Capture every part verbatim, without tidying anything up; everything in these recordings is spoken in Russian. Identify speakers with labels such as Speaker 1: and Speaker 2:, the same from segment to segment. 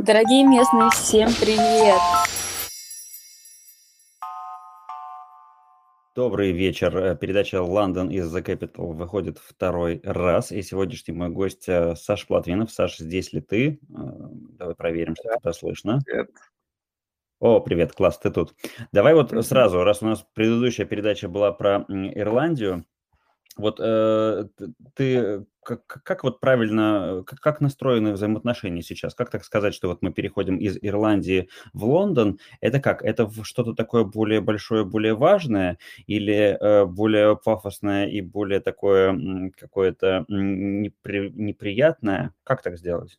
Speaker 1: Дорогие местные, всем привет!
Speaker 2: Добрый вечер. Э, Передача «London is the Capital» выходит второй раз, и сегодняшний мой гость э, Саша Платвинов. Саша, здесь ли ты? Э, Давай проверим, что
Speaker 3: Да,
Speaker 2: тебя слышно.
Speaker 3: привет.
Speaker 2: О, привет, класс, ты тут. Давай вот
Speaker 3: Мгм.
Speaker 2: сразу, раз у нас предыдущая передача была про м, Ирландию, вот э, т- ты как, как как вот правильно, э, как, как настроены взаимоотношения сейчас? Как так сказать, что вот мы переходим из Ирландии в Лондон? Это как? Это в что-то такое более большое, более важное, или э, более пафосное и более такое м, какое-то м, непри- неприятное? Как так сделать?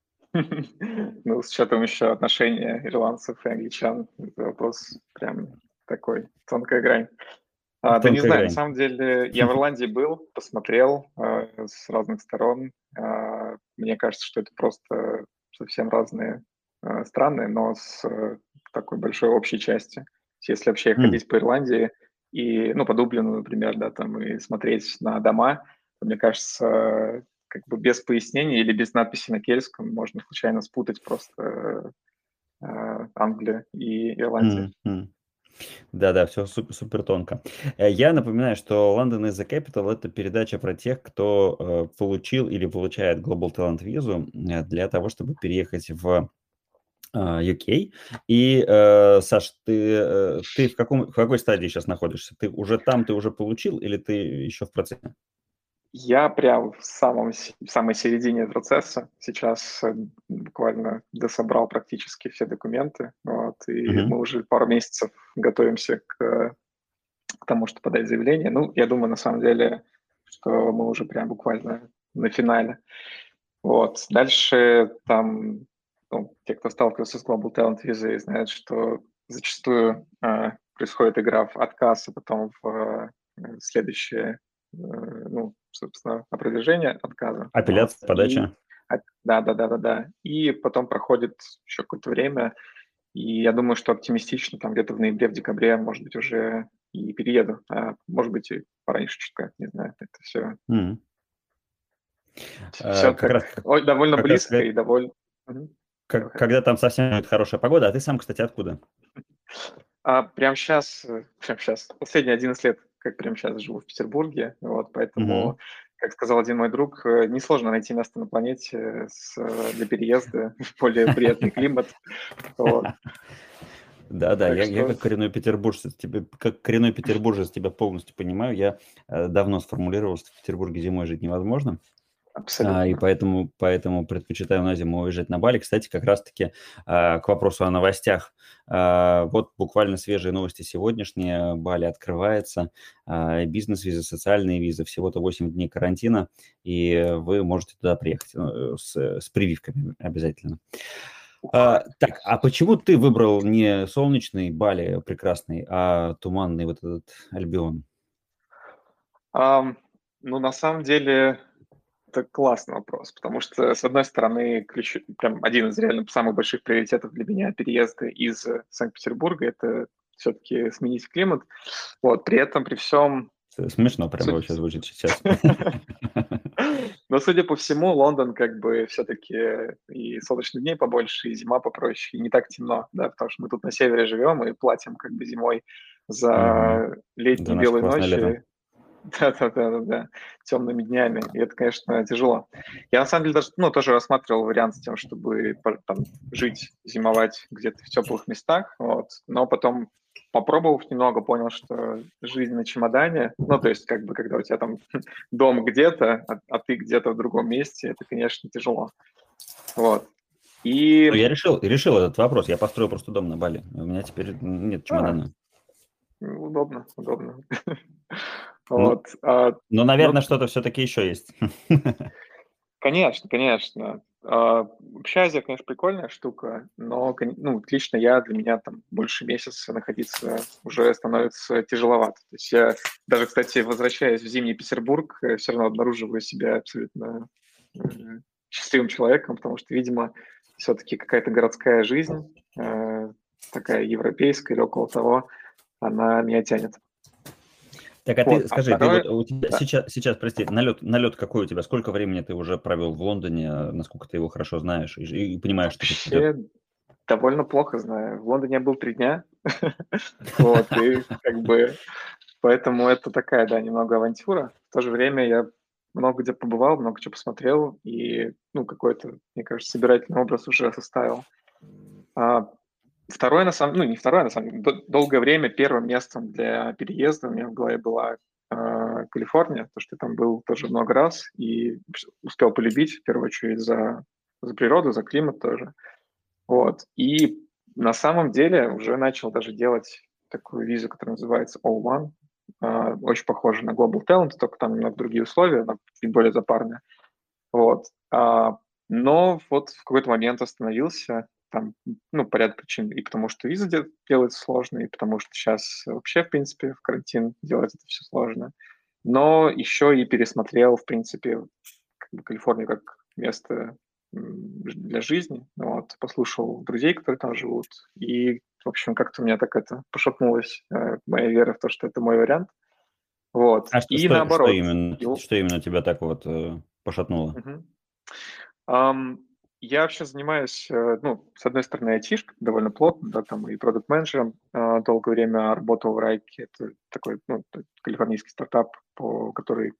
Speaker 3: Ну, с учетом еще отношения ирландцев и англичан, это вопрос прям такой, тонкая грань. А, да не
Speaker 2: Тонкая
Speaker 3: знаю, на
Speaker 2: грань.
Speaker 3: самом деле я в Ирландии был, посмотрел э, с разных сторон. А, мне кажется, что это просто совсем разные э, страны, но с э, такой большой общей части. Если вообще
Speaker 2: М,
Speaker 3: ходить по Ирландии и, ну, по Дублину, например, да, там, и смотреть на дома, то, мне кажется, как бы без пояснений или без надписи на кельтском можно случайно спутать просто э, Англию и Ирландию.
Speaker 2: м, м. Да-да, все супер тонко. Э, я напоминаю, что London is the Capital — это передача про тех, кто, э, получил или получает Global Talent визу, э, для того, чтобы переехать в, а, ю кей. И, э, Саш, ты, э, ты в каком в какой стадии сейчас находишься? Ты уже там, ты уже получил или ты еще в процессе?
Speaker 3: Я прям в самом, с- в самой середине процесса. Сейчас э, буквально дособрал практически все документы. Вот, и
Speaker 2: Мгм.
Speaker 3: мы уже пару месяцев готовимся к, к тому, чтобы подать заявление. Ну, я думаю, на самом деле, что мы уже прям буквально на финале. Вот. Дальше там, ну, те, кто сталкивался с Global Talent Visa, знают, что зачастую э, происходит игра в отказ, а потом в э, следующее, э, ну, собственно, опровержение отказа. Вот.
Speaker 2: Апелляция,
Speaker 3: И
Speaker 2: подача.
Speaker 3: а, да, да, да, да, да. И потом проходит еще какое-то время, и я думаю, что оптимистично, там где-то в ноябре, в декабре, может быть, уже и перееду. А может быть, и пораньше чутка, не знаю. Это все,
Speaker 2: М.
Speaker 3: все
Speaker 2: Э, как
Speaker 3: так
Speaker 2: раз как
Speaker 3: ой, довольно
Speaker 2: как раз
Speaker 3: близко
Speaker 2: когда
Speaker 3: и довольно... Мгм. Go
Speaker 2: как
Speaker 3: ahead.
Speaker 2: когда там совсем будет хорошая погода. А ты сам, кстати, откуда?
Speaker 3: А прямо сейчас, прямо сейчас, последние одиннадцать лет, как прямо сейчас живу в Петербурге, вот,
Speaker 2: Мгм.
Speaker 3: поэтому, как сказал один мой друг, э, несложно найти место на планете с, э, для переезда в более приятный климат, вот,
Speaker 2: Да-да,
Speaker 3: так
Speaker 2: я я
Speaker 3: что
Speaker 2: как коренной петербуржец тебя как коренной петербуржец тебя полностью понимаю. Я, э, давно сформулировал, что в Петербурге зимой жить невозможно, а, и
Speaker 3: абсолютно.
Speaker 2: поэтому поэтому предпочитаю на зиму уезжать на Бали. Кстати, как раз таки, а, к вопросу о новостях. А, вот буквально свежие новости сегодняшние. Бали открывается, а, бизнес-визы, социальные визы. Всего-то восемь дней карантина, и вы можете туда приехать, э, с с прививками обязательно.
Speaker 3: Ух.
Speaker 2: А, так, а почему ты выбрал не солнечный Бали прекрасный, а туманный вот этот Альбион?
Speaker 3: Ам, ну, на самом деле, это классный вопрос, потому что, с одной стороны, ключ прям один из реально самых больших приоритетов для меня переезда из э, Санкт-Петербурга — это все-таки сменить климат. Вот, при этом, при всем,
Speaker 2: С Смешно прям
Speaker 3: Суть
Speaker 2: вообще звучит сейчас.
Speaker 3: но, судя по всему, Лондон как бы все-таки и солнечных дней побольше, и зима попроще, и не так темно, да, потому что мы тут на севере живем и платим как бы зимой
Speaker 2: Мгм.
Speaker 3: за
Speaker 2: За
Speaker 3: летние
Speaker 2: наше
Speaker 3: белые
Speaker 2: классное лето.
Speaker 3: ночи, да-да-да-да-да, темными днями, и это, конечно, тяжело. Я на самом деле даже, ну, тоже рассматривал вариант с тем, чтобы пор- там жить, зимовать где-то в теплых местах, вот, но потом, попробовав немного, понял, что жизнь на чемодане, ну, то есть, как бы, когда у тебя там дом где-то, а, а ты где-то в другом месте, это, конечно, тяжело. Вот.
Speaker 2: Ну,
Speaker 3: И
Speaker 2: я решил решил этот вопрос. Я построил просто дом на Бали. У меня теперь нет
Speaker 3: а,
Speaker 2: чемодана.
Speaker 3: удобно, удобно.
Speaker 2: Ну,
Speaker 3: Вот. А,
Speaker 2: но,
Speaker 3: ну,
Speaker 2: наверное, что-то все-таки еще есть.
Speaker 3: конечно, конечно. А, общежитие, конечно, прикольная штука, но, кон- ну, лично я, для меня там больше месяца находиться уже становится тяжеловато. То есть я даже, кстати, возвращаясь в зимний Петербург, все равно обнаруживаю себя абсолютно э, счастливым человеком, потому что, видимо, все-таки какая-то городская жизнь, э, такая европейская или около того, она меня тянет.
Speaker 2: Так, а
Speaker 3: Вот.
Speaker 2: ты
Speaker 3: А
Speaker 2: скажи, ты вот
Speaker 3: второе,
Speaker 2: у тебя
Speaker 3: да.
Speaker 2: сейчас, сейчас, прости, налет, налет какой у тебя? Сколько времени ты уже провел в Лондоне? а Насколько ты его хорошо знаешь и, и понимаешь, что тут идет?
Speaker 3: Вообще довольно плохо знаю. В Лондоне я был три дня, вот, и как бы поэтому это такая, да, немного авантюра. В то же время я много где побывал, много чего посмотрел, и, ну, какой-то, мне кажется, собирательный образ уже составил. А второе, на самом ну, не второе, на самом деле, до- долгое время первым местом для переезда у меня в голове была а, Калифорния, потому что я там был тоже много раз и успел полюбить, в первую очередь, за, за природу, за климат тоже. Вот. И на самом деле уже начал даже делать такую визу, которая называется о один. А, Очень похожа на Global Talent, только там немного другие условия, она чуть более запарная. Вот. А, Но вот в какой-то момент остановился, там, ну, по ряду причин, и потому что виза де- делается сложно, и потому что сейчас вообще, в принципе, в карантин делать это все сложно. Но еще и пересмотрел, в принципе, как бы Калифорнию как место м, для жизни. Ну вот, послушал друзей, которые там живут, и, в общем, как-то у меня так это пошатнулась э, моя вера в то, что это мой вариант. Вот.
Speaker 2: А что,
Speaker 3: И
Speaker 2: что, что
Speaker 3: наоборот.
Speaker 2: именно,
Speaker 3: И л-
Speaker 2: что именно тебя так вот э, пошатнуло?
Speaker 3: Мгм. Ам, я вообще занимаюсь, э, ну, с одной стороны, айтишкой довольно плотно, да, там и продукт-менеджером а, долгое время работал в Райке, это такой, ну, т- калифорнийский стартап, по, который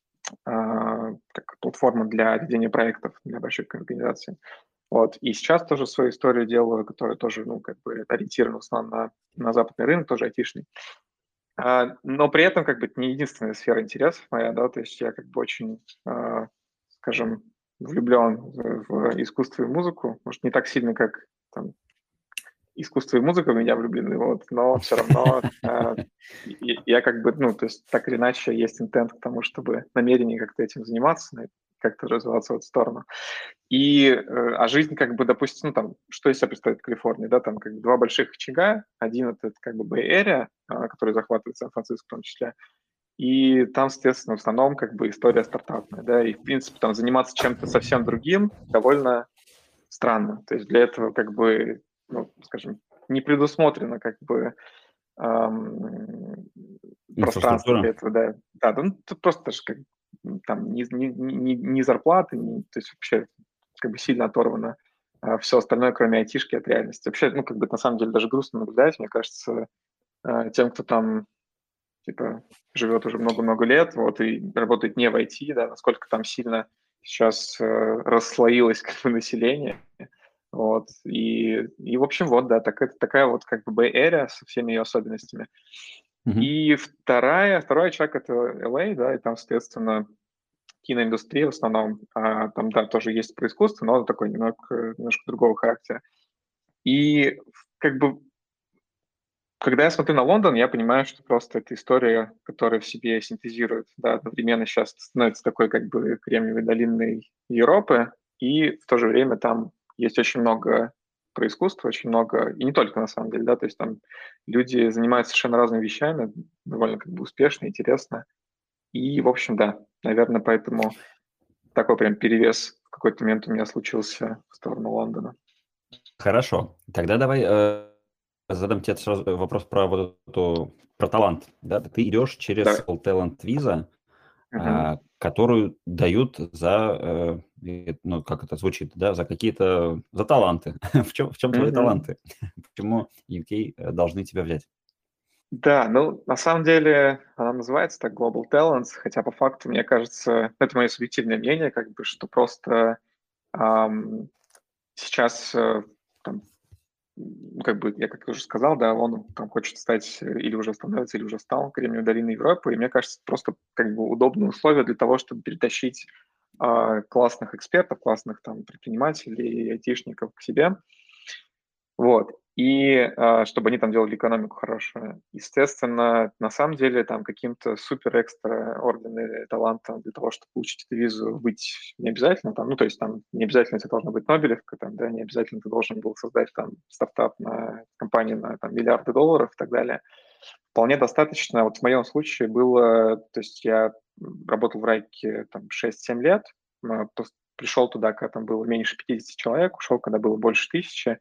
Speaker 3: а, как платформа для ведения проектов для больших организаций. Вот. И сейчас тоже свою историю делаю, которая тоже, ну, как бы ориентирована в основном на, на западный рынок, тоже айтишный. А, но при этом, как бы, это не единственная сфера интересов моя, да, то есть я как бы очень, а, скажем, влюблен в, в искусство и музыку, может, не так сильно, как там искусство и музыка в меня влюблены, вот, но все равно а, и- я как бы, ну, то есть так или иначе есть интент к тому, чтобы намерение как-то этим заниматься, как-то развиваться в эту сторону. И, э, а жизнь как бы, допустим, ну, там, что из себя представляет Калифорния, да, там как бы два больших очага. Один — это как бы Bay Area, а, который захватывает Сан-Франциско в том числе. И там, соответственно, в основном как бы история стартапная, да, и, в принципе, там заниматься чем-то совсем другим довольно странно. То есть для этого как бы, ну, скажем, не предусмотрено как бы ам, пространство
Speaker 2: Инфраструктура?
Speaker 3: для этого, да. Да, да, ну, тут просто даже как, м, там ни, ни, ни, ни зарплаты, ни, то есть вообще как бы сильно оторвано все остальное, кроме айтишки, от реальности. Вообще, ну, как бы на самом деле даже грустно наблюдать, мне кажется, э, тем, кто там, типа, живет уже много-много лет, вот, и работает не в ай ти, да, насколько там сильно сейчас э, расслоилось как бы население, вот, и, и, в общем, вот, да, так, это такая вот как бы Bay Area со всеми ее особенностями.
Speaker 2: Мгм.
Speaker 3: И вторая, второй очаг — это эл эй, да, и там, соответственно, киноиндустрия в основном. А, там, да, тоже есть про искусство, но такой немного, немножко другого характера. И как бы, когда я смотрю на Лондон, я понимаю, что просто эта история, которая в себе синтезирует, да, одновременно сейчас становится такой как бы Кремниевой долиной Европы, и в то же время там есть очень много про искусство, очень много, и не только на самом деле, да, то есть там люди занимаются совершенно разными вещами, довольно как бы успешно, интересно. И, в общем, да, наверное, поэтому такой прям перевес в какой-то момент у меня случился в сторону Лондона.
Speaker 2: Хорошо. Тогда давай э, задам тебе сразу вопрос про вот эту, про талант. Да? Ты идешь через
Speaker 3: Давай.
Speaker 2: Talent Visa,
Speaker 3: Мгм.
Speaker 2: а, которую дают за, э, и, ну, как это звучит, да, за какие-то, за таланты. В чем, в чем твои
Speaker 3: Мгм.
Speaker 2: таланты? Почему ю кей э, должны тебя взять?
Speaker 3: Да, ну, на самом деле она называется так Global Talents, хотя по факту, мне кажется, это мое субъективное мнение, как бы, что просто ам, сейчас э, там, м, как бы, я как уже сказал, да, он там хочет стать э, или уже становится, или уже стал Кремниевой долиной Европы, и мне кажется, просто как бы удобные условия для того, чтобы перетащить а, классных экспертов, классных там предпринимателей, айтишников к себе. Вот. И а, чтобы они там делали экономику хорошую. Естественно, на самом деле там каким-то супер экстра орденным талантом для того, чтобы получить эту визу, быть не обязательно. Там, ну, то есть там не обязательно это должна быть Нобелевка, там, да, не обязательно ты должен был создать там стартап на компании на там, миллиарды долларов и так далее. Вполне достаточно. Вот в моем случае было, то есть я работал в Райке там шесть-семь лет, а, просто пришел туда, когда там было меньше пятьдесят человек, ушел, когда было больше тысячи,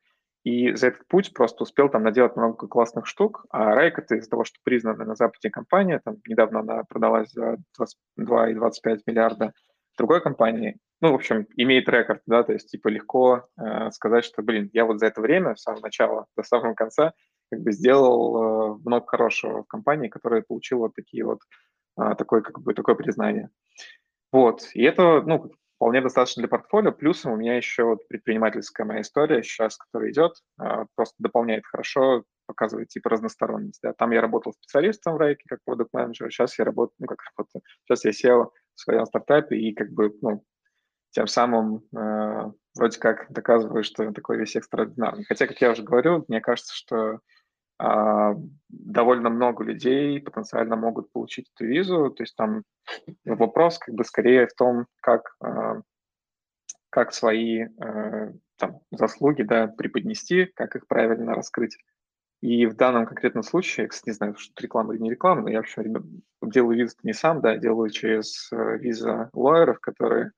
Speaker 3: И за этот путь просто успел там наделать много классных штук, а Райк — это из-за того, что признана на Западе компания, там недавно она продалась за двадцать два и двадцать пять миллиарда другой компании, ну, в общем, имеет рекорд, да, то есть, типа, легко э, сказать, что, блин, я вот за это время, с самого начала до самого конца, как бы сделал э, много хорошего в компании, которая получила вот такие вот, э, такое, как бы, такое признание. Вот, и это, ну, вполне достаточно для портфолио. Плюсом у меня еще вот предпринимательская моя история сейчас, которая идет, э, просто дополняет хорошо, показывает, типа, разносторонность, да. Там я работал специалистом в Райке как продакт-менеджер, сейчас я работаю, ну, как работаю, сейчас я сел в своем стартапе и, как бы, ну, тем самым э, вроде как доказываю, что я такой весь экстраординарный. Хотя, как я уже говорил, мне кажется, что э, довольно много людей потенциально могут получить эту визу. То есть там вопрос как бы скорее в том, как, э, как свои э, там, заслуги, да, преподнести, как их правильно раскрыть. И в данном конкретном случае, я, кстати, не знаю, что это реклама или не реклама, но я вообще ребят, делаю визу не сам, да, делаю через э, виза лоеров, которые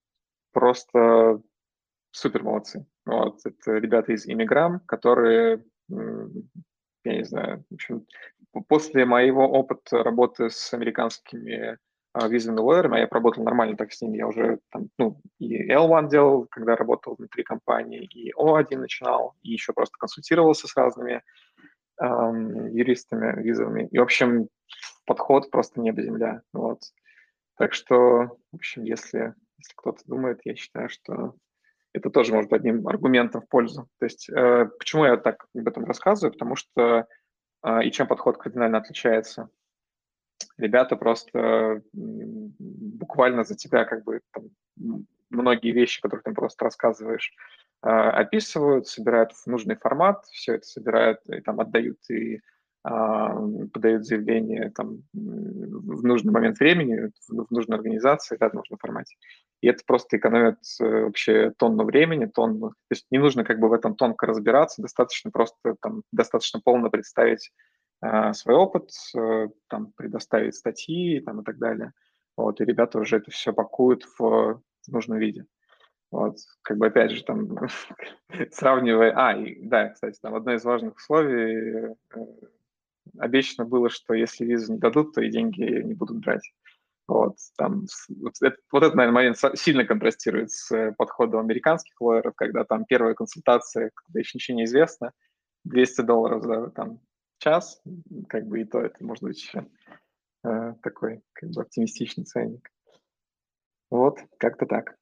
Speaker 3: просто супер молодцы. Вот, это ребята из Immigram, которые, я не знаю, в общем, после моего опыта работы с американскими а, визовыми лоерами, а я поработал нормально так с ними, я уже там, ну, и эл один делал, когда работал внутри компании, и о один начинал, и еще просто консультировался с разными эм, юристами визовыми. И, в общем, подход просто небо земля. Вот. Так что, в общем, если, если кто-то думает, я считаю, что это тоже может быть одним аргументом в пользу. То есть э, почему я так об этом рассказываю? Потому что э, и чем подход кардинально отличается. Ребята просто м, буквально за тебя как бы там, многие вещи, которые ты им просто рассказываешь, э, описывают, собирают в нужный формат, все это собирают и там отдают и подают заявление там, в нужный момент времени, в нужной организации, да, в нужном формате. И это просто экономит вообще тонну времени, тонну. То есть не нужно как бы в этом тонко разбираться, достаточно просто там, достаточно полно представить э, свой опыт, э, там, предоставить статьи там, и так далее. Вот, и ребята уже это все пакуют в, в нужном виде. Вот, как бы опять же там сравнивая... А, и, да, кстати, там одно из важных условий обещано было, что если визу не дадут, то и деньги не будут брать. Вот, там, вот, это, вот этот, наверное, момент сильно контрастирует с подходом американских лоеров, когда там первая консультация, когда еще ничего не известно, двести долларов за там, час, как бы и то это может быть еще э, такой как бы оптимистичный ценник. Вот, как-то так.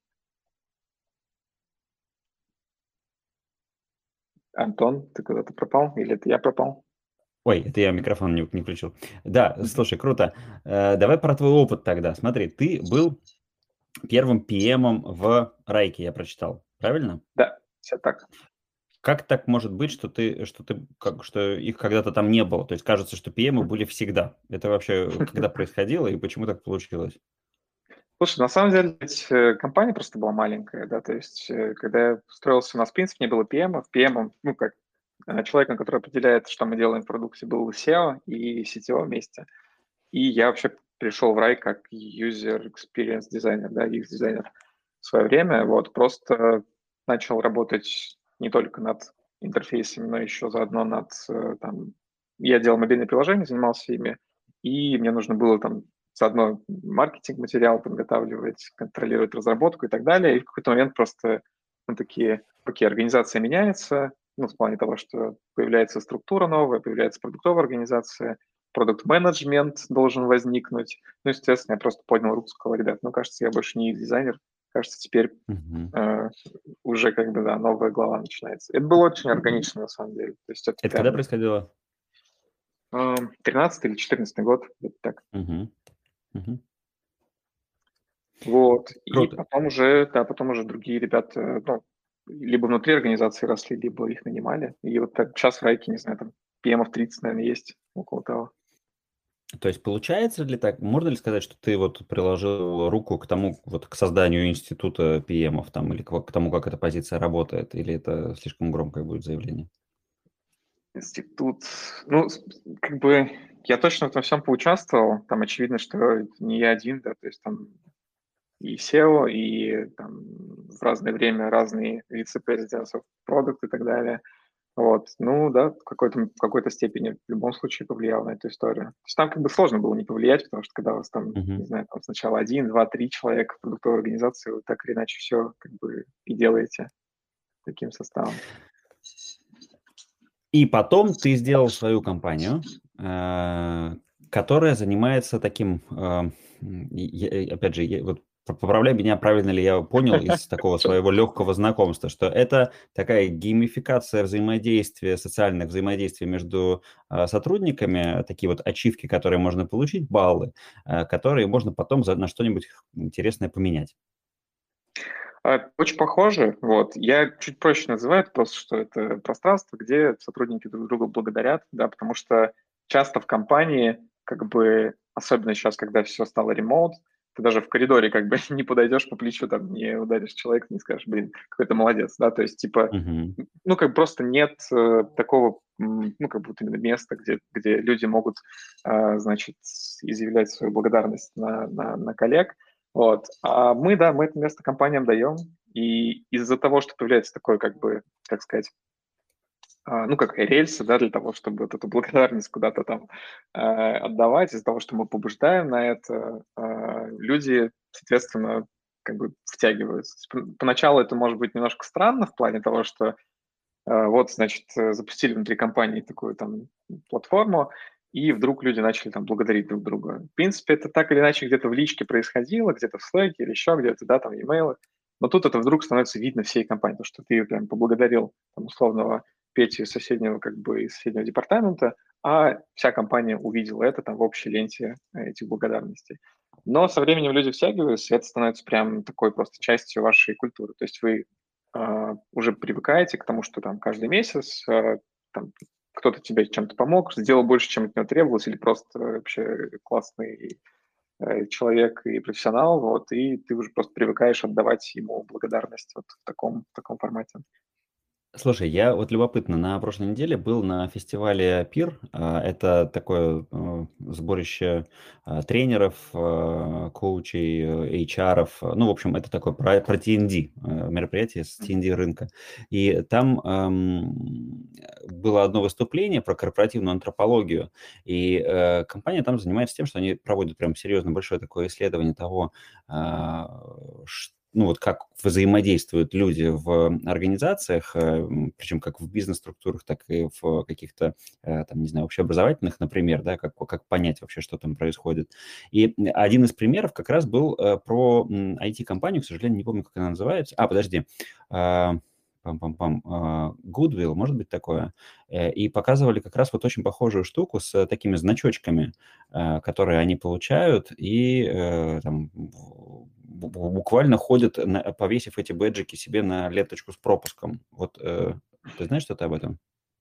Speaker 3: Антон, ты куда-то пропал? Или это я пропал?
Speaker 2: Ой, это я микрофон не, не включил. Да, слушай, круто. Э, давай про твой опыт тогда. Смотри, ты был первым пи эм в Райке, я прочитал, правильно?
Speaker 3: Да, все так.
Speaker 2: Как так может быть, что ты, что ты, как, что их когда-то там не было? То есть кажется, что пи эм были всегда. Это вообще когда происходило и почему так получилось?
Speaker 3: Слушай, на самом деле ведь э, компания просто была маленькая, да, то есть э, когда я устроился, у нас в принципе не было пи эм, пи эм, ну как, э, человеком, который определяет, что мы делаем в продукте, был сео и си ти о вместе. И я вообще пришел в рай как user experience дизайнер, да, ю экс-дизайнер в свое время, вот, просто начал работать не только над интерфейсами, но еще заодно над, э, там, я делал мобильные приложения, занимался ими, и мне нужно было там заодно маркетинг-материал подготавливать, контролировать разработку и так далее. И в какой-то момент просто мы такие, окей, организация меняется, ну, в плане того, что появляется структура новая, появляется продуктовая организация, продукт-менеджмент должен возникнуть. Ну, естественно, я просто поднял руку, сказал, ребят, ну, кажется, я больше не дизайнер, кажется, теперь
Speaker 2: Мгм.
Speaker 3: э, уже как бы, да, новая глава начинается. Это было очень органично, на самом деле. То есть это
Speaker 2: Это когда
Speaker 3: прям
Speaker 2: происходило?
Speaker 3: э, тринадцатый или четырнадцатый год, где-то так.
Speaker 2: Мгм. Мгм.
Speaker 3: Вот. И
Speaker 2: Круто.
Speaker 3: потом уже, да, потом уже другие ребята, ну, либо внутри организации росли, либо их нанимали. И вот так сейчас в Райке, не знаю, там пи эм тридцать, наверное, есть около того.
Speaker 2: То есть получается ли так, можно ли сказать, что ты вот приложил руку к тому, вот к созданию института пи эм там, или к, к тому, как эта позиция работает, или это слишком громкое будет заявление?
Speaker 3: Институт, ну, с- как бы я точно в этом всем поучаствовал. Там очевидно, что не я один, да, то есть там и сео, и там в разное время разные вице-президентов, продукт и так далее. Вот, ну да, в какой-то, в какой-то степени в любом случае повлиял на эту историю. То есть там как бы сложно было не повлиять, потому что когда у вас там, не
Speaker 2: Мгм.
Speaker 3: знаю, там сначала один, два, три человека в продуктовой организации, вы так или иначе все как бы и делаете таким составом.
Speaker 2: И потом ты сделал свою компанию, э, которая занимается таким, э, м, я- я- опять же, я- вот п- поправляй меня, правильно ли я понял из такого своего легкого знакомства, что это такая геймификация взаимодействия, социальных взаимодействий между э, сотрудниками, такие вот ачивки, которые можно получить, баллы, э, которые можно потом за- на что-нибудь интересное поменять.
Speaker 3: А, Очень похоже, вот. Я чуть проще называю это просто, что это пространство, где сотрудники друг друга благодарят, да, потому что часто в компании, как бы, особенно сейчас, когда все стало ремоут, ты даже в коридоре как бы не подойдешь по плечу, там, не ударишь человека, не скажешь, блин, какой ты молодец, да, то есть, типа,
Speaker 2: Мгм.
Speaker 3: ну, как бы просто нет э, такого, м, ну, как будто именно места, где, где люди могут, э, значит, изъявлять свою благодарность на, на, на коллег, вот. А мы, да, мы это место компаниям даем, и из-за того, что появляется такой, как бы, как сказать, а, ну, как рельсы, да, для того, чтобы вот эту благодарность куда-то там э, отдавать, из-за того, что мы побуждаем на это, э, люди, соответственно, как бы втягиваются. То есть Поначалу это может быть немножко странно в плане того, что э, вот, значит, э, запустили внутри компании такую там платформу, и вдруг люди начали там благодарить друг друга. В принципе, это так или иначе где-то в личке происходило, где-то в Slack или еще где-то, да, там, e-mail. Но тут это вдруг становится видно всей компании, потому что ты прям поблагодарил там, условного Петю из соседнего, как бы, из соседнего департамента, а вся компания увидела это там в общей ленте э, этих благодарностей. Но со временем люди втягиваются, и это становится прям такой просто частью вашей культуры. То есть вы а, уже привыкаете к тому, что там каждый месяц а, там, кто-то тебе чем-то помог, сделал больше, чем от него требовалось, или просто вообще классный э, человек и профессионал, вот, и ты уже просто привыкаешь отдавать ему благодарность вот в таком, в таком формате.
Speaker 2: Слушай, я вот любопытно, на прошлой неделе был на фестивале Пир. А, Это такое э, сборище а, тренеров, а, коучей, э, эйч ар. Ну, в общем, это такое про, про ти эн ди, э, мероприятие с ти эн ди рынка. И там эм, было одно выступление про корпоративную антропологию. И э, компания там занимается тем, что они проводят прям серьезно большое такое исследование того, а, ш- ну вот как взаимодействуют люди в организациях, э, причем как в бизнес-структурах, так и в каких-то, э, там, не знаю, общеобразовательных, например, да, как, как понять вообще, что там происходит. И один из примеров как раз был э, про м, ай ти-компанию, к сожалению, не помню, как она называется. А, подожди. А, Пам-пам-пам. а, Goodwill, может быть, такое. Э, И показывали как раз вот очень похожую штуку с такими значочками, э, которые они получают, и э, там в- бу- буквально ходят, на- повесив эти бэджики себе на ленточку с пропуском. Вот э, ты знаешь что-то об этом?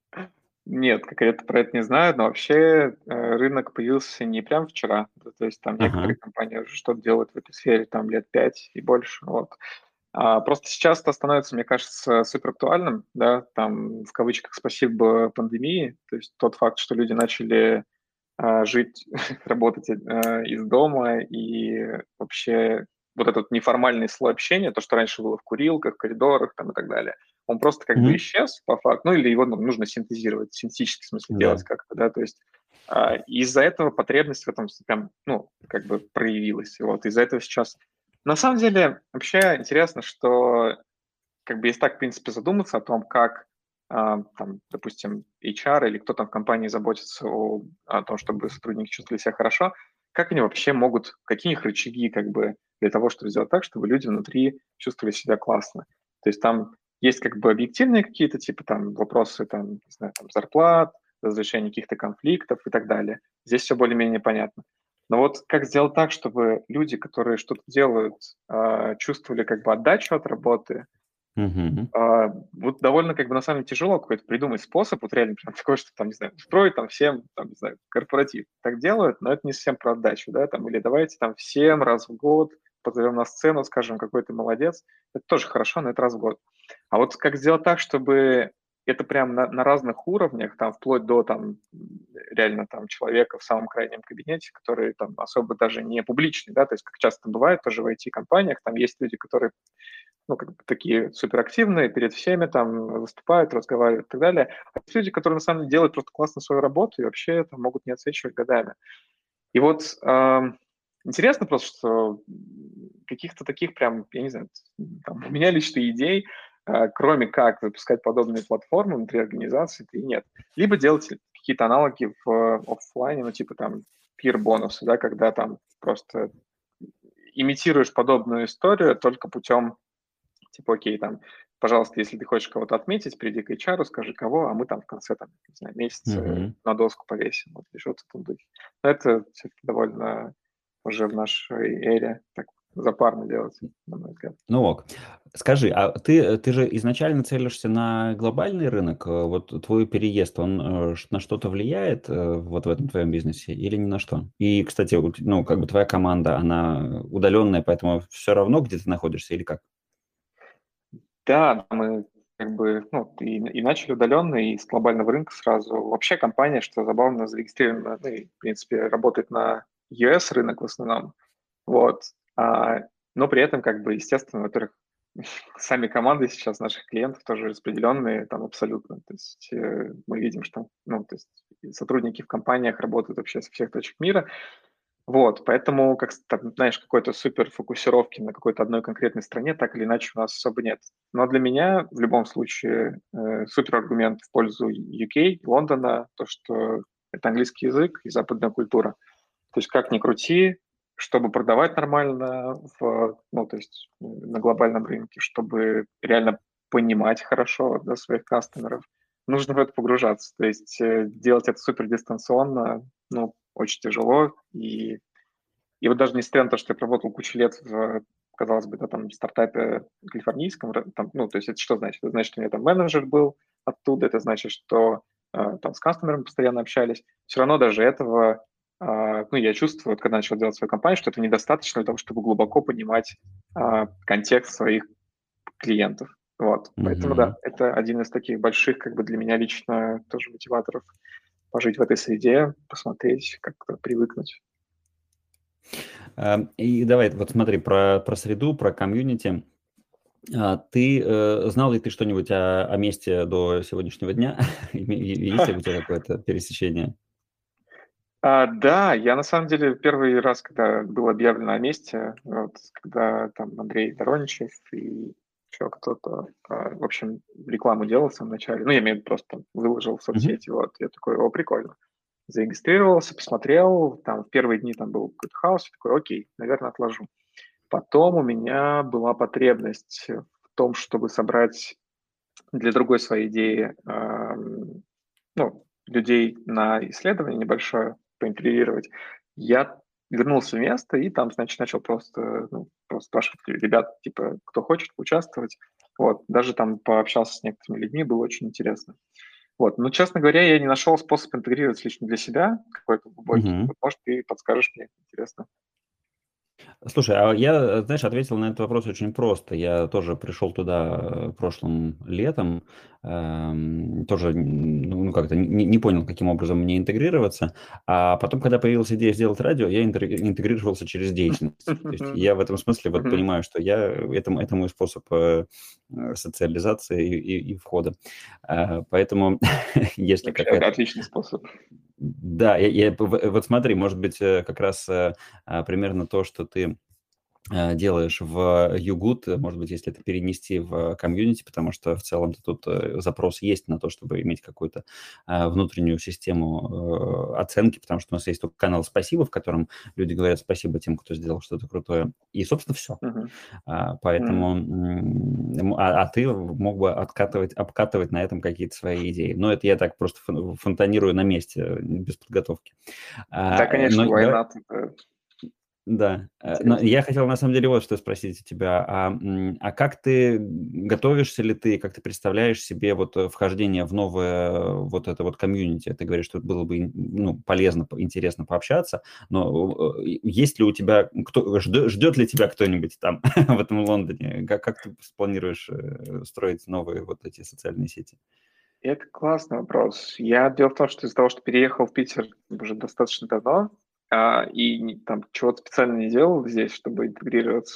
Speaker 3: Нет, конкретно про это не знаю, но вообще э, рынок появился не прям вчера. Да, то есть там некоторые
Speaker 2: Ага.
Speaker 3: компании уже что-то делают в этой сфере там лет пять и больше. Вот. А, просто сейчас это становится, мне кажется, супер актуальным, да, там в кавычках спасибо пандемии, то есть тот факт, что люди начали а, жить, работать э, из дома и вообще вот этот неформальный слой общения, то, что раньше было в курилках, коридорах там и так далее, он просто как бы
Speaker 2: Мгм.
Speaker 3: исчез по факту, ну или его ну, нужно синтезировать, синтетически в смысле делать
Speaker 2: Да.
Speaker 3: как-то, да, то есть а, из-за этого потребность в этом прям, ну, как бы проявилась, вот, из-за этого сейчас на самом деле, вообще интересно, что как бы если так, в принципе, задуматься о том, как, а, там, допустим, эйч ар или кто там в компании заботится о, о том, чтобы сотрудники чувствовали себя хорошо, как они вообще могут, какие у них рычаги как бы для того, чтобы сделать так, чтобы люди внутри чувствовали себя классно. То есть там есть как бы объективные какие-то типа там вопросы там, не знаю, там зарплат, разрешение каких-то конфликтов и так далее. Здесь все более-менее понятно. Но вот как сделать так, чтобы люди, которые что-то делают, а, чувствовали как бы отдачу от работы,
Speaker 2: Мгм.
Speaker 3: а, вот довольно как бы на самом деле тяжело какой-то придумать способ, вот реально прям такой, что там, не знаю, устроить там всем, там, не знаю, корпоратив. Так делают, но это не совсем про отдачу, да, там, или давайте там всем раз в год позовем на сцену, скажем, какой ты молодец. Это тоже хорошо, но это раз в год. А вот как сделать так, чтобы это прям на, на разных уровнях, там, вплоть до там реально там человека в самом крайнем кабинете, который там особо даже не публичный, да, то есть как часто бывает тоже в ай ти-компаниях, там есть люди, которые ну, как бы такие суперактивные, перед всеми там выступают, разговаривают и так далее. А есть люди, которые на самом деле делают просто классно свою работу и вообще там могут не отсвечивать годами. И вот эм, интересно просто, что каких-то таких прям, я не знаю, там, у меня лично идей, э, кроме как запускать подобные платформы внутри организации, и нет. Либо делать какие-то аналоги в офлайне, ну, типа там пир-бонусы, да, когда там просто имитируешь подобную историю только путем, типа, окей, там, пожалуйста, если ты хочешь кого-то отметить, приди к эйч ар, скажи кого, а мы там в конце, там, не знаю, месяца
Speaker 2: Мгм.
Speaker 3: на доску повесим, вот, или что-то в этом духе. Но это все-таки довольно уже в нашей эре так запарно делать, на мой взгляд.
Speaker 2: Ну ок. Скажи, а ты, ты же изначально целишься на глобальный рынок? Э, Вот твой переезд, он э, ш- на что-то влияет э, вот в этом твоем бизнесе или ни на что? И, кстати, вот, ну, как бы твоя команда, она удаленная, поэтому все равно, где ты находишься или как?
Speaker 3: Да, мы как бы, ну, и, и начали удаленно, и с глобального рынка сразу. Вообще компания, что забавно, зарегистрирована, ну, и, в принципе, работает на ю эс рынок в основном. Вот. А, но при этом, как бы, естественно, во-первых, сами команды сейчас наших клиентов тоже распределенные там абсолютно. То есть э, мы видим, что ну, то есть сотрудники в компаниях работают вообще со всех точек мира. Вот, поэтому, как, с- там, знаешь, какой-то супер фокусировки на какой-то одной конкретной стране так или иначе у нас особо нет. Но для меня в любом случае э, супер аргумент в пользу ю кей, Лондона, то, что это английский язык и западная культура. То есть как ни крути, чтобы продавать нормально в, ну, то есть э, на глобальном рынке, чтобы реально понимать хорошо, да, своих кастомеров, нужно в это погружаться. То есть э, делать это супер дистанционно, ну, очень тяжело. И, и вот даже несмотря на то, что я проработал кучу лет в, казалось бы, да, там, стартапе калифорнийском, ра- там, ну, то есть это что значит? Это значит, что у меня там менеджер был оттуда, это значит, что э, там с кастомерами постоянно общались. Все равно даже этого, а, ну, я чувствую, вот, когда начал делать свою компанию, что это недостаточно для того, чтобы глубоко понимать а, контекст своих клиентов. Вот. Поэтому да,
Speaker 2: Мгм.
Speaker 3: это один из таких больших, как бы для меня лично тоже мотиваторов пожить в этой среде, посмотреть, как-то привыкнуть.
Speaker 2: А, И давай, вот смотри, про, про среду, про комьюнити. А, Ты э, знал ли ты что-нибудь о, о месте до сегодняшнего дня? Име- Есть ли у тебя какое-то пересечение?
Speaker 3: А, да, я на самом деле первый раз, когда было объявлено о месте, вот, когда там Андрей Дороничев и еще кто-то, а, в общем, рекламу делал в самом начале, ну, я имею в виду просто выложил в
Speaker 2: Мгм.
Speaker 3: соцсети, вот, я такой, о, прикольно. Зарегистрировался, посмотрел, там в первые дни там был какой-то хаос, я такой, окей, наверное, отложу. Потом у меня была потребность в том, чтобы собрать для другой своей идеи ам, ну, людей на исследование небольшое, поинтервьюировать. Я вернулся в место и там, значит, начал просто, ну, просто спрашивать ребят, типа, кто хочет поучаствовать. Вот, даже там пообщался с некоторыми людьми, было очень интересно. Вот, но, честно говоря, я не нашел способ интегрировать лично для себя какой-то глубокий.
Speaker 2: Мгм.
Speaker 3: Вот, может, ты подскажешь мне, интересно.
Speaker 2: Слушай, а я, знаешь, ответил на этот вопрос очень просто. Я тоже пришел туда э, прошлым летом, эм, тоже м, ну, ну, как-то не, не понял, каким образом мне интегрироваться. А потом, когда появилась идея сделать радио, я интер- интегрировался через деятельность. То есть я в этом смысле вот
Speaker 3: Мгм.
Speaker 2: понимаю, что я, это, это мой способ э, э, социализации и, и- и входа. А, Поэтому, если
Speaker 3: Вообще от-
Speaker 2: какая-то
Speaker 3: отличный способ.
Speaker 2: да, я, я- в- вот смотри, может быть, э, как раз э, а, примерно то, что ты э, делаешь в YouGood, э, может быть, если это перенести в комьюнити, потому что в целом тут э, запрос есть на то, чтобы иметь какую-то э, внутреннюю систему э, оценки, потому что у нас есть только канал «Спасибо», в котором люди говорят спасибо тем, кто сделал что-то крутое. И, собственно, все.
Speaker 3: Мгм.
Speaker 2: А,
Speaker 3: Мгм.
Speaker 2: Поэтому, м, а, а ты мог бы откатывать, обкатывать на этом какие-то свои идеи. Но это я так просто фон- фонтанирую на месте, э, без подготовки.
Speaker 3: Да,
Speaker 2: А, э, Но
Speaker 3: конечно, why
Speaker 2: давай,
Speaker 3: not? Это
Speaker 2: да, э, но
Speaker 3: интересно.
Speaker 2: я хотел на самом деле вот что спросить у тебя. А, м, а как ты, готовишься ли ты, как ты представляешь себе вот э, вхождение в новое э, вот это вот комьюнити? Ты говоришь, что это было бы ин- ну, полезно, по- интересно пообщаться, но э, есть ли у тебя, кто, ждет, ждет ли тебя кто-нибудь там в этом Лондоне? Как, как ты планируешь э, строить новые вот эти социальные сети?
Speaker 3: Это классный вопрос. Я дело в том, что из-за того, что переехал в Питер уже достаточно давно, а, и не- там чего-то специально не делал здесь, чтобы интегрироваться,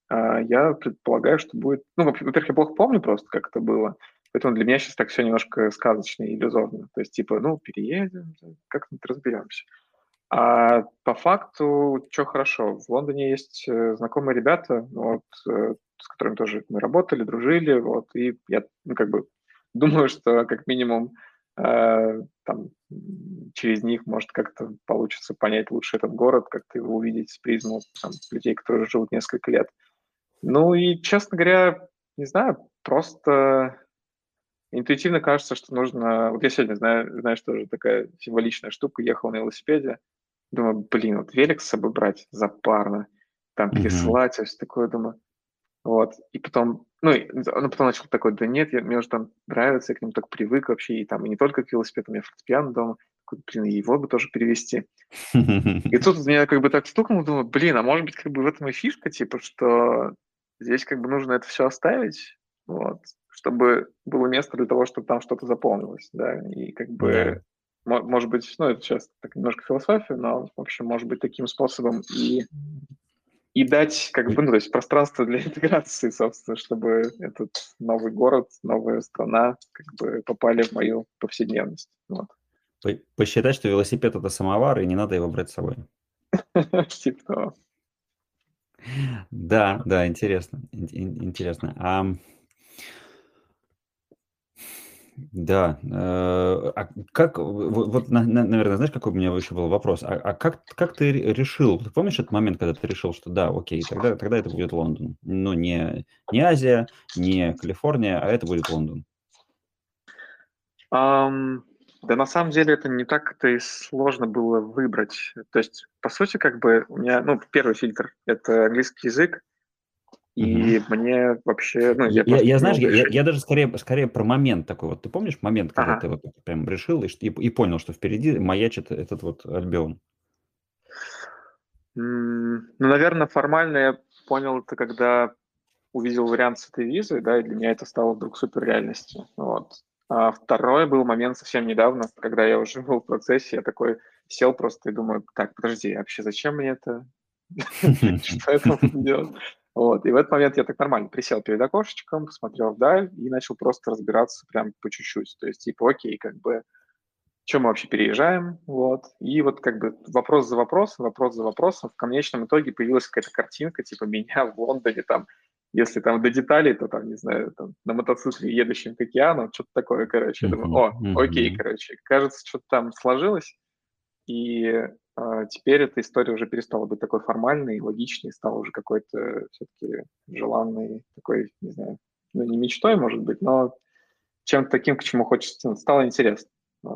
Speaker 3: а, я предполагаю, что будет... Ну, во-первых, я плохо помню просто, как это было, поэтому для меня сейчас так все немножко сказочно и иллюзорно. То есть, типа, ну, переедем, как-нибудь разберемся. А по факту, что хорошо, в Лондоне есть э, знакомые ребята, вот, э, с которыми тоже мы работали, дружили, вот, и я, ну, как бы думаю, что как минимум э, там через них может как-то получится понять лучше этот город, как-то его увидеть с призму там, людей, которые живут несколько лет. Ну и, честно говоря, не знаю, просто интуитивно кажется, что нужно... Вот я сегодня, знаю, знаешь, тоже такая символичная штука, ехал на велосипеде, думаю, блин, вот велик с собой брать запарно, там
Speaker 2: Мгм.
Speaker 3: пересылать, все такое, думаю. Вот, и потом, ну, и, ну, потом начал такой, да нет, я, мне уже там нравится, я к нему так привык вообще, и там, и не только к велосипеду, у меня фортепиано дома, такой, блин, и его бы тоже перевести. И тут меня как бы так стукнул, думаю, блин, а может быть, как бы в этом и фишка, типа, что здесь как бы нужно это все оставить, вот, чтобы было место для того, чтобы там что-то заполнилось, да, и как бы,
Speaker 2: Да.
Speaker 3: мо- может быть, ну, это сейчас так немножко философия, но, в общем, может быть, таким способом и, и дать, как бы, ну, то есть пространство для интеграции, собственно, чтобы этот новый город, новая страна, как бы, попали в мою повседневность, вот.
Speaker 2: По- Посчитать, что велосипед это самовар, и не надо его брать с собой.
Speaker 3: Типа того.
Speaker 2: Да, да, интересно, ин- ин- интересно. А, да, э, а как, в- вот, на- на- наверное, знаешь, какой у меня еще был вопрос? А, а как, как ты ре- решил? Ты помнишь этот момент, когда ты решил, что да, окей, тогда, тогда это будет Лондон? Ну, не, не Азия, не Калифорния, а это будет Лондон.
Speaker 3: Ам, да, на самом деле это не так-то и сложно было выбрать. То есть, по сути, как бы у меня, ну, первый фильтр — это английский язык,
Speaker 2: Мгм.
Speaker 3: и мне вообще, ну,
Speaker 2: Я,
Speaker 3: я
Speaker 2: я-
Speaker 3: просто
Speaker 2: я, знаешь,
Speaker 3: принял
Speaker 2: я, я- я
Speaker 3: решение.
Speaker 2: даже скорее, скорее про момент такой. Вот ты помнишь момент, когда
Speaker 3: Ага.
Speaker 2: ты вот прям решил и, ш- и, и понял, что впереди маячит этот вот Альбион?
Speaker 3: М, Ну, наверное, формально я понял это, когда увидел вариант с этой визой, да, и для меня это стало вдруг супер реальностью. Вот. А второй был момент совсем недавно, когда я уже был в процессе, я такой сел просто и думаю, так, подожди, а вообще зачем мне это? Что я там буду делать? Вот. И в этот момент я так нормально присел перед окошечком, посмотрел вдаль и начал просто разбираться прям по чуть-чуть. То есть, типа, окей, как бы, чем мы вообще переезжаем, вот. И вот как бы вопрос за вопросом, вопрос за вопросом. В конечном итоге появилась какая-то картинка, типа, меня в Лондоне, там, если там до деталей, то там, не знаю, там, на мотоцикле, едущем к океану, что-то такое, короче. Я думаю,
Speaker 2: Мгм,
Speaker 3: о, окей,
Speaker 2: мгм.
Speaker 3: короче, кажется, что-то там сложилось. И а, теперь эта история уже перестала быть такой формальной и логичной, стала уже какой-то все-таки желанной, такой, не знаю, ну, не мечтой, может быть, но чем-то таким, к чему хочется, ну, стало интересно. Вот.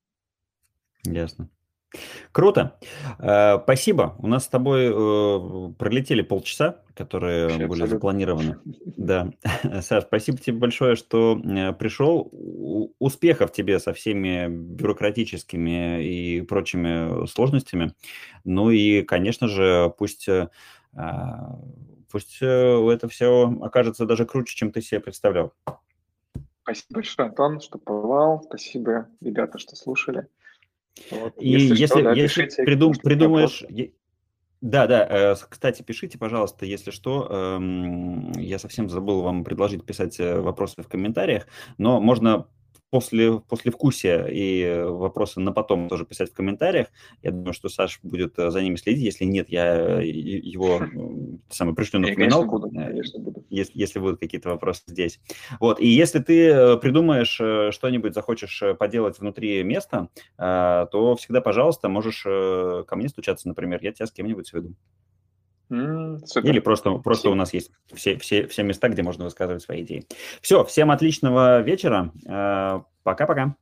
Speaker 2: Ясно. Круто. Э, Спасибо. У нас с тобой э, пролетели полчаса, которые
Speaker 3: Вообще
Speaker 2: были
Speaker 3: абсолютно.
Speaker 2: запланированы. Да. Саш, спасибо тебе большое, что э, пришел. У- Успехов тебе со всеми бюрократическими и прочими сложностями. Ну и, конечно же, пусть, э, а, пусть э, это все окажется даже круче, чем ты себе представлял.
Speaker 3: Спасибо большое, Антон, что побывал. Спасибо, ребята, что слушали. Вот.
Speaker 2: И
Speaker 3: Если что,
Speaker 2: если,
Speaker 3: да,
Speaker 2: если
Speaker 3: пишите,
Speaker 2: придум,
Speaker 3: может, какие
Speaker 2: придумаешь...
Speaker 3: вопросы.
Speaker 2: Да, да, э, с- кстати, пишите, пожалуйста, если что. эм, Я совсем забыл вам предложить писать э, вопросы в комментариях, но можно после, после вкусия и э, вопросы на потом тоже писать в комментариях. Я думаю, что Саш будет э, за ними следить. Если нет, я э, и- его м, самое пришлю
Speaker 3: Не, конечно,
Speaker 2: напоминалку,
Speaker 3: буду,
Speaker 2: э,
Speaker 3: конечно, буду.
Speaker 2: если, если будут какие-то вопросы здесь. Вот, и если ты э, придумаешь э, что-нибудь, захочешь э, поделать внутри места, а, то всегда, пожалуйста, можешь э, ко мне стучаться, например, я тебя с кем-нибудь сведу.
Speaker 3: М,
Speaker 2: Или
Speaker 3: супер.
Speaker 2: просто, просто у
Speaker 3: Спасибо.
Speaker 2: нас есть все, все, все места, где можно высказывать свои идеи. Все, всем отличного вечера. Э, Пока-пока.